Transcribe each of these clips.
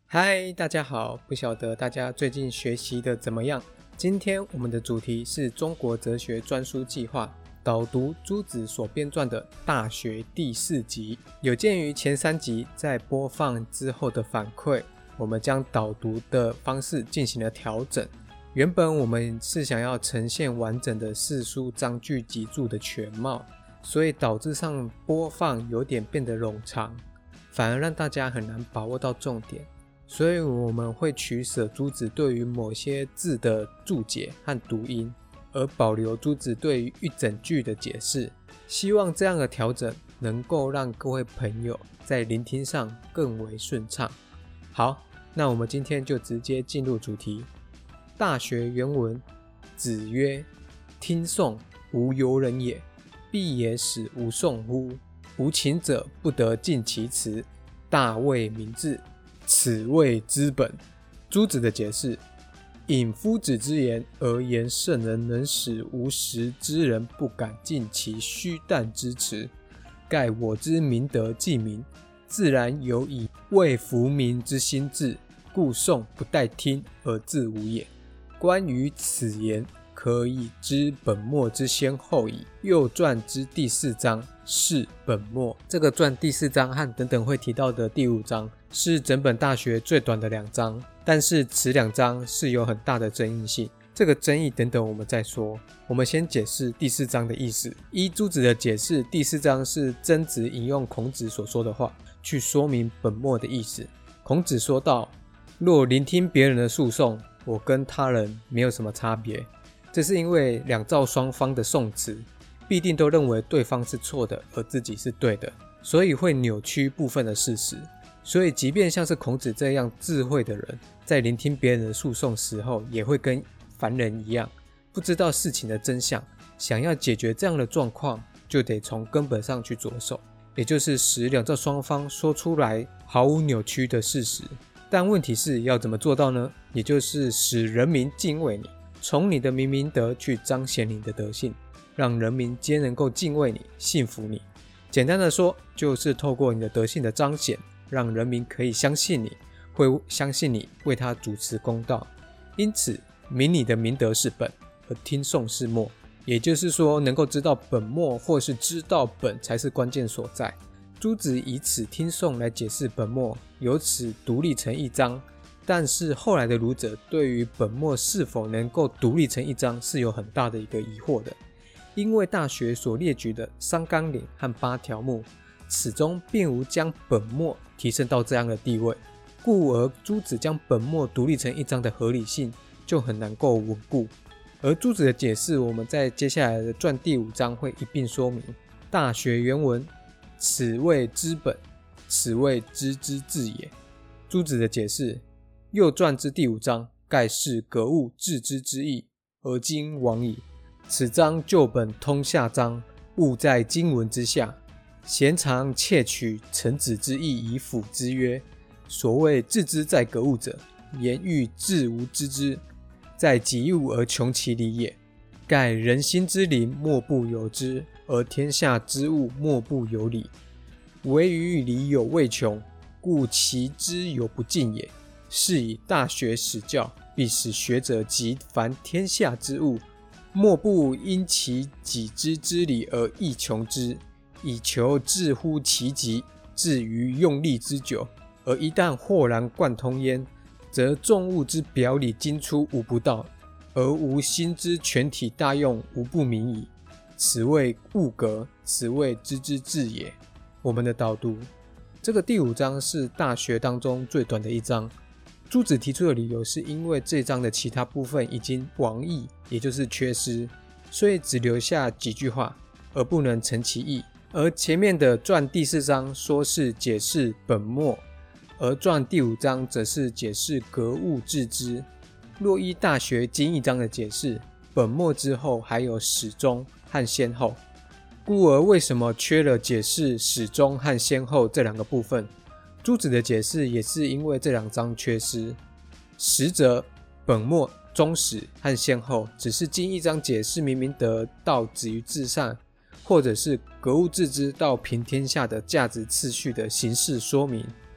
嗨，大家好，不晓得大家最近学习的怎么样？今天我们的主题是中国哲学专书计划，导读朱子所编撰的《大学》第4集。有鉴于前3集在播放之后的反馈，我们将导读的方式进行了调整。原本我们是想要呈现完整的4书章句集注的全貌，所以导致上播放有点变得冗长，反而让大家很难把握到重点。所以我们会取舍朱子对于某些字的注解和读音，而保留朱子对于一整句的解释。希望这样的调整能够让各位朋友在聆听上更为顺畅。好，那我们今天就直接进入主题。大学原文：子曰：听讼，无尤人也，必也使无讼乎？无情者不得尽其辞，大谓明志，此谓资本。朱子的解释：引夫子之言，而言圣人能使无实之人不敢尽其虚诞之辞，盖我之明德既明，自然有以为服民之心志，故讼不待听而自无也。关于此言，可以知本末之先后矣。右传之第4章是本末，这个传第4章和等等会提到的第5章是整本大学最短的2章，但是此2章是有很大的争议性，这个争议等等我们再说。我们先解释第4章的意思。依朱子的解释，第4章是曾子引用孔子所说的话去说明本末的意思。孔子说道：若聆听别人的诉讼，我跟他人没有什么差别，这是因为两造双方的讼词必定都认为对方是错的，而自己是对的，所以会扭曲部分的事实。所以即便像是孔子这样智慧的人，在聆听别人的诉讼时候，也会跟凡人一样，不知道事情的真相。想要解决这样的状况，就得从根本上去着手，也就是使两造双方说出来毫无扭曲的事实。但问题是要怎么做到呢？也就是使人民敬畏你，从你的明德去彰显你的德性，让人民皆能够敬畏你，信服你。简单的说，就是透过你的德性的彰显，让人民可以相信你，会相信你为他主持公道。因此明你的明德是本，而听讼是末，也就是说能够知道本末，或是知道本才是关键所在。朱子以此听讼来解释本末，由此独立成一章。但是后来的儒者对于本末是否能够独立成一章是有很大的一个疑惑的，因为大学所列举的3纲领和8条目，始终并无将本末提升到这样的地位，故而朱子将本末独立成一章的合理性就很难够稳固。而朱子的解释，我们在接下来的传第5章会一并说明。大学原文：此谓资本，此谓知之至也。朱子的解释：右传之第5章，盖是格物致知之意，而今亡矣。此章旧本通下章，物在经文之下，贤常窃取臣子之意以辅之曰：所谓致知在格物者，言欲致无知之，在及物而穷其理也。盖人心之灵，莫不有之，而天下之物，莫不有理。唯于理有未穷，故其知有不尽也。是以大学始教，必使学者及凡天下之物，莫不因其己知之理而亦穷之，以求致乎其极，至于用力之久。而一旦豁然贯通焉，则众物之表里精出无不到，而无心之全体大用无不明矣。此谓物格，此谓知之至也。我们的导读：这个第5章是大学当中最短的一章。朱子提出的理由是因为这章的其他部分已经亡佚，也就是缺失，所以只留下几句话，而不能成其意。而前面的传第4章说是解释本末，而传第5章则是解释格物致知。若依大学经义章的解释，本末之后还有始终和先后，故而为什么缺了解释始终和先后这2个部分？朱子的解释也是因为这2章缺失。实则本末、终始和先后只是经义章解释明德到止于至善，或者是格物致知到平天下的价值次序的形式说明。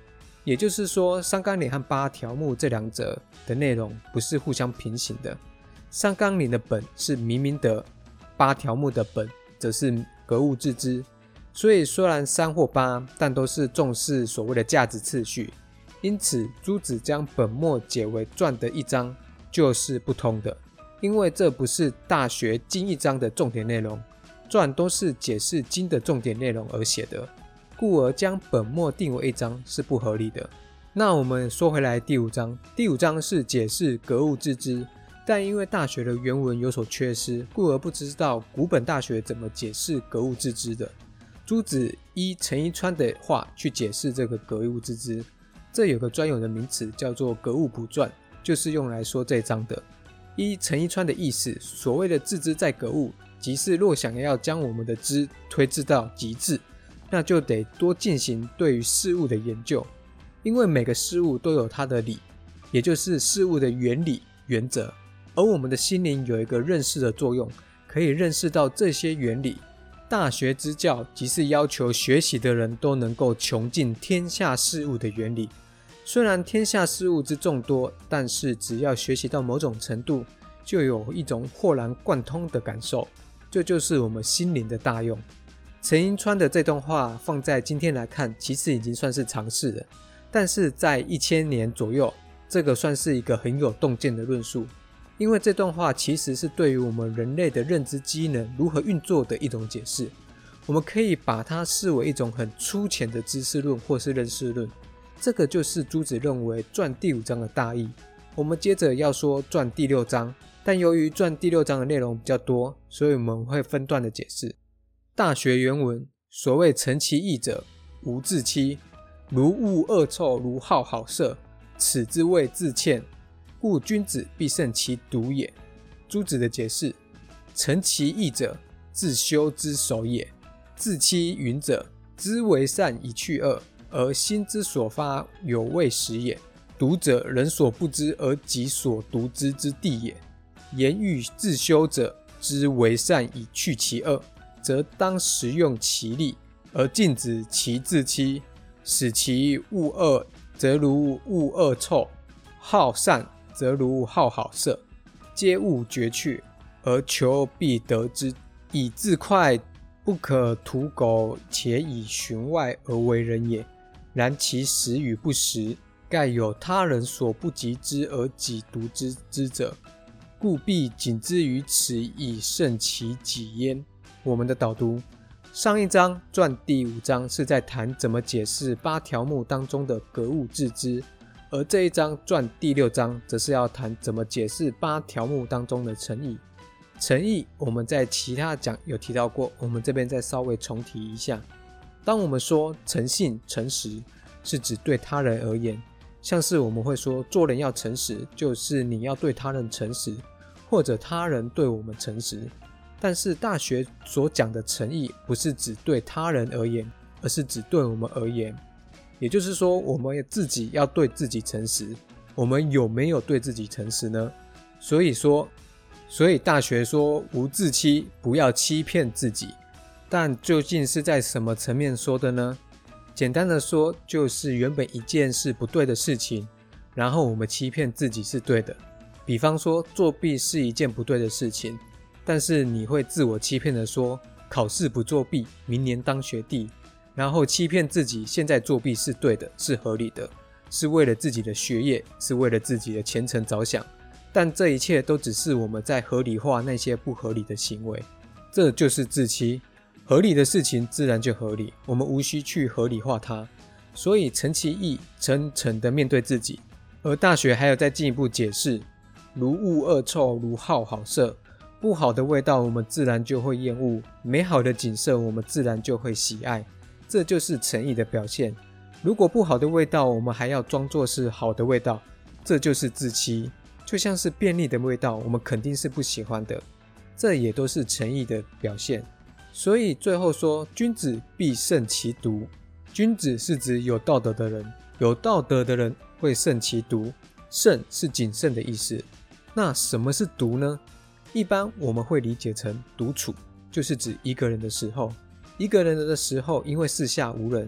也就是说，三纲领和八条目这两者的内容不是互相平行的。三纲领的本是明明德，八条目的本则是格物致知。所以虽然3或8，但都是重视所谓的价值次序。因此朱子将本末解为传的一章就是不通的，因为这不是大学经一章的重点内容，传都是解释经的重点内容而写的，故而将本末定为一章是不合理的。那我们说回来第5章，第5章是解释格物致知，但因为大学的原文有所缺失，故而不知道古本大学怎么解释格物致知的。朱子依陈一川的话去解释这个格物致知，这有个专有的名词叫做格物补传，就是用来说这一章的。依陈一川的意思，所谓的致知在格物，即是若想要将我们的知推至到极致，那就得多进行对于事物的研究，因为每个事物都有它的理，也就是事物的原理原则，而我们的心灵有一个认识的作用，可以认识到这些原理。大学之教即是要求学习的人都能够穷尽天下事物的原理。虽然天下事物之众多，但是只要学习到某种程度，就有一种豁然贯通的感受，这就是我们心灵的大用。陈寅川的这段话放在今天来看，其实已经算是常识了，但是在1000年左右，这个算是一个很有洞见的论述。因为这段话其实是对于我们人类的认知机能如何运作的一种解释，我们可以把它视为一种很粗浅的知识论或是认识论，这个就是朱子认为传第5章的大意。我们接着要说传第6章，但由于传第6章的内容比较多，所以我们会分段的解释。大学原文，所谓诚其意者，无自欺，如恶恶臭，如好好色，此之谓自欠，故君子必慎其独也。朱子的解释，诚其意者，自修之首也。自欺云者，知为善以去恶，而心之所发有未始也。独者，人所不知而己所独知之地也。言欲自修者，知为善以去其恶，则当实用其力，而禁止其自欺，使其恶恶，则如恶恶臭；好善，则如好好色，皆勿绝去，而求必得之，以自快不可图苟，且以循外而为人也。然其实与不实，盖有他人所不及之而己独知之者，故必谨之于此，以慎其己焉。我们的导读，上一章传第5章是在谈怎么解释8条目当中的格物致知，而这一章传第6章则是要谈怎么解释8条目当中的诚意。诚意我们在其他讲有提到过，我们这边再稍微重提一下。当我们说诚信诚实，是指对他人而言，像是我们会说做人要诚实，就是你要对他人诚实，或者他人对我们诚实。但是大学所讲的诚意不是指对他人而言，而是指对我们而言。也就是说，我们自己要对自己诚实，我们有没有对自己诚实呢？所以大学说无自欺，不要欺骗自己。但究竟是在什么层面说的呢？简单的说，就是原本一件是不对的事情，然后我们欺骗自己是对的。比方说作弊是一件不对的事情，但是你会自我欺骗的说考试不作弊，明年当学弟，然后欺骗自己现在作弊是对的，是合理的，是为了自己的学业，是为了自己的前程着想。但这一切都只是我们在合理化那些不合理的行为，这就是自欺。合理的事情自然就合理，我们无需去合理化它。所以诚其意，诚诚的面对自己。而大学还有再进一步解释，如恶恶臭，如好好色。不好的味道我们自然就会厌恶，美好的景色我们自然就会喜爱，这就是诚意的表现。如果不好的味道我们还要装作是好的味道，这就是自欺。就像是便利的味道我们肯定是不喜欢的，这也都是诚意的表现。所以最后说君子必慎其独，君子是指有道德的人，有道德的人会慎其独，慎是谨慎的意思。那什么是独呢？一般我们会理解成独处，就是指一个人的时候，一个人的时候因为四下无人，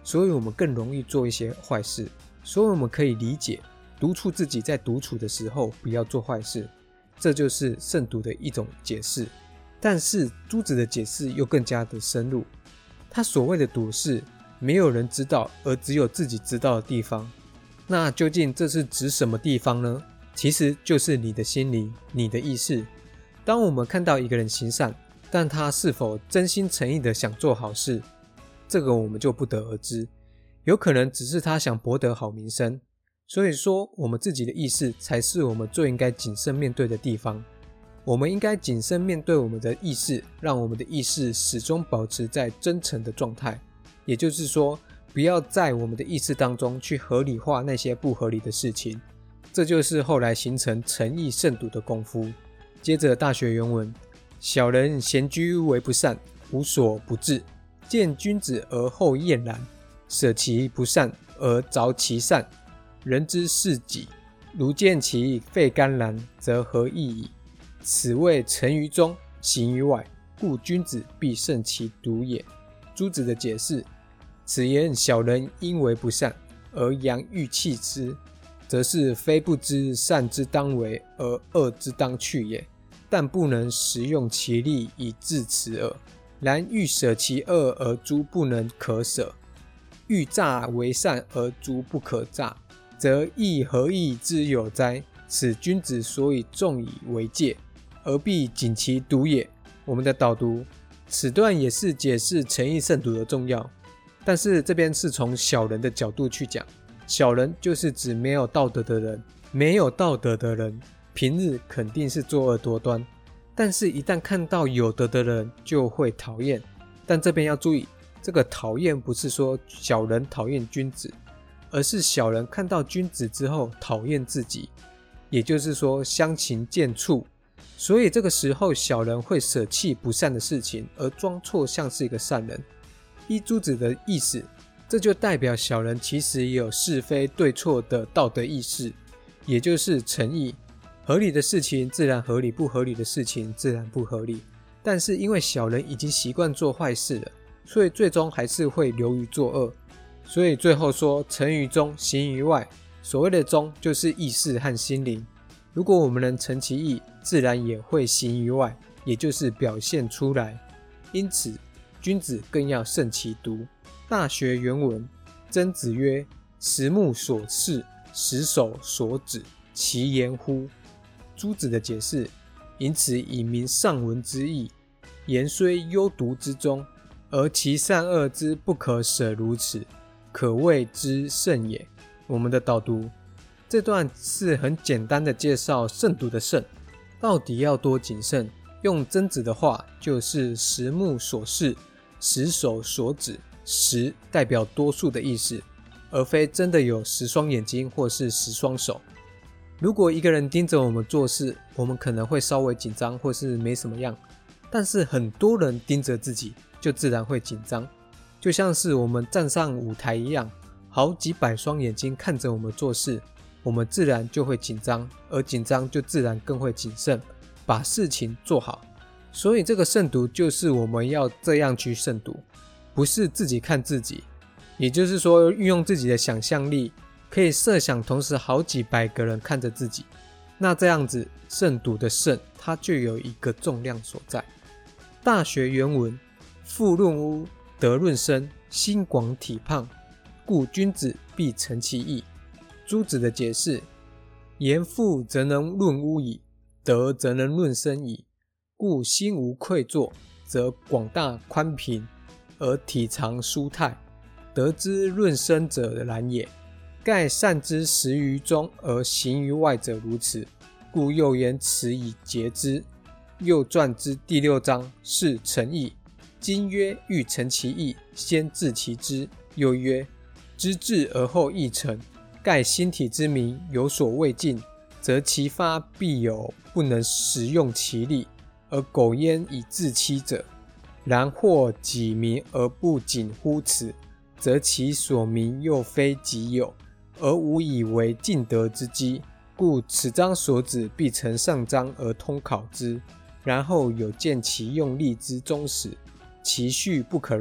所以我们更容易做一些坏事。所以我们可以理解督促自己在独处的时候不要做坏事，这就是慎独的一种解释。但是朱子的解释又更加的深入，他所谓的独是没有人知道而只有自己知道的地方。那究竟这是指什么地方呢？其实就是你的心灵，你的意识。当我们看到一个人行善，但他是否真心诚意的想做好事，这个我们就不得而知，有可能只是他想博得好名声。所以说我们自己的意识才是我们最应该谨慎面对的地方。我们应该谨慎面对我们的意识，让我们的意识始终保持在真诚的状态，也就是说不要在我们的意识当中去合理化那些不合理的事情，这就是后来形成诚意慎独的功夫。接着大学原文，小人闲居为不善，无所不至，见君子而后厌然，舍其不善而着其善，人之视己，如见其肺肝然，则何益矣？此谓诚于中，行于外，故君子必慎其独也。朱子的解释，此言小人因为不善而佯欲弃之，则是非不知善之当为而恶之当去也，但不能实用其力以治此恶。然欲舍其恶而诸不能可舍，欲诈为善而诸不可诈，则亦何益之有哉？此君子所以重以为戒，而必谨其独也。我们的导读，此段也是解释诚意慎独的重要，但是这边是从小人的角度去讲。小人就是指没有道德的人，没有道德的人平日肯定是作恶多端，但是一旦看到有德的人就会讨厌。但这边要注意，这个讨厌不是说小人讨厌君子，而是小人看到君子之后讨厌自己，也就是说相形见绌。所以这个时候小人会舍弃不善的事情，而装作像是一个善人。依朱子的意思，这就代表小人其实也有是非对错的道德意识，也就是诚意。合理的事情自然合理，不合理的事情自然不合理。但是因为小人已经习惯做坏事了，所以最终还是会流于作恶。所以最后说诚于中，行于外。所谓的中就是意识和心灵，如果我们能诚其意，自然也会行于外，也就是表现出来。因此君子更要慎其独。大学原文，曾子曰：十目所视，十手所指，其言乎？朱子的解释，因此以明上文之意，言虽幽独之中，而其善恶之不可舍如此，可谓之慎也。我们的导读，这段是很简单的介绍慎独的慎，到底要多谨慎。用曾子的话，就是十目所视，十手所指。十代表多数的意思，而非真的有10双眼睛或是10双手。如果一个人盯着我们做事，我们可能会稍微紧张或是没什么样，但是很多人盯着自己，就自然会紧张。就像是我们站上舞台一样，好几百双眼睛看着我们做事，我们自然就会紧张，而紧张就自然更会谨慎，把事情做好。所以这个慎独就是我们要这样去慎独，不是自己看自己，也就是说运用自己的想象力，可以设想同时好几百个人看着自己，那这样子慎独的慎，它就有一个重量所在。大学原文，富论污，德论身，心广体胖，故君子必诚其意。朱子的解释，言富则能论污矣，德则能论身矣，故心无愧作，则广大宽平，而体常舒泰，得之论身者然也。盖善之实于中而行于外者如此，故又言此以节之。又传之第6章是诚意。今曰欲诚其意，先治其知。又曰知至而后意诚，盖心体之明有所未尽，则其发必有不能实用其力，而苟焉以自欺者。然或己明而不谨乎此，则其所明又非己有，而无以为尽德之基。故此章所指必成上章而通考之，然后有见其用力之忠实，其序不可乱，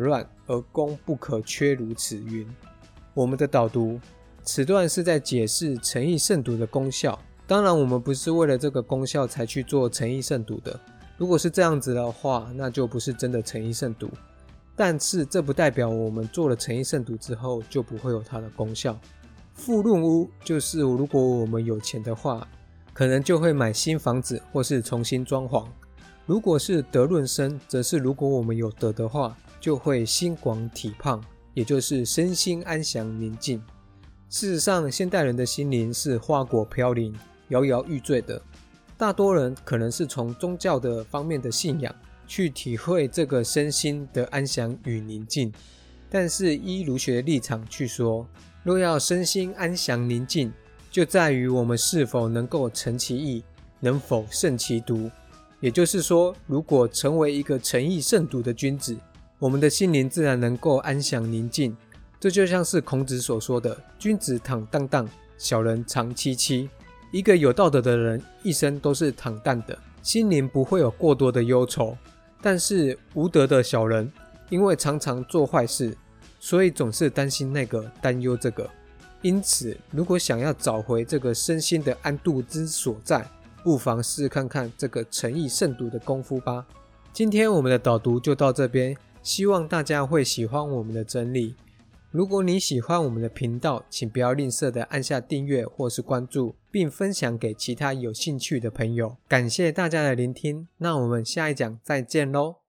而功不可缺如此云。我们的导读此段是在解释诚意慎独的功效，当然我们不是为了这个功效才去做诚意慎独的，如果是这样子的话，那就不是真的诚意慎独。但是这不代表我们做了诚意慎独之后就不会有它的功效。富润屋就是如果我们有钱的话，可能就会买新房子或是重新装潢。如果是德润身，则是如果我们有德的话，就会心广体胖，也就是身心安详宁静。事实上，现代人的心灵是花果飘零、摇摇欲坠的。大多人可能是从宗教的方面的信仰去体会这个身心的安详与宁静，但是依儒学的立场去说，若要身心安详宁静，就在于我们是否能够诚其意，能否慎其独。也就是说，如果成为一个诚意慎独的君子，我们的心灵自然能够安详宁静。这就像是孔子所说的，君子坦荡荡，小人长戚戚。一个有道德的人一生都是坦荡的，心灵不会有过多的忧愁。但是无德的小人因为常常做坏事，所以总是担心那个，担忧这个。因此如果想要找回这个身心的安度之所在，不妨试看看这个诚意慎独的功夫吧。今天我们的导读就到这边，希望大家会喜欢我们的真理。如果你喜欢我们的频道，请不要吝啬的按下订阅或是关注，并分享给其他有兴趣的朋友。感谢大家的聆听，那我们下一讲再见咯。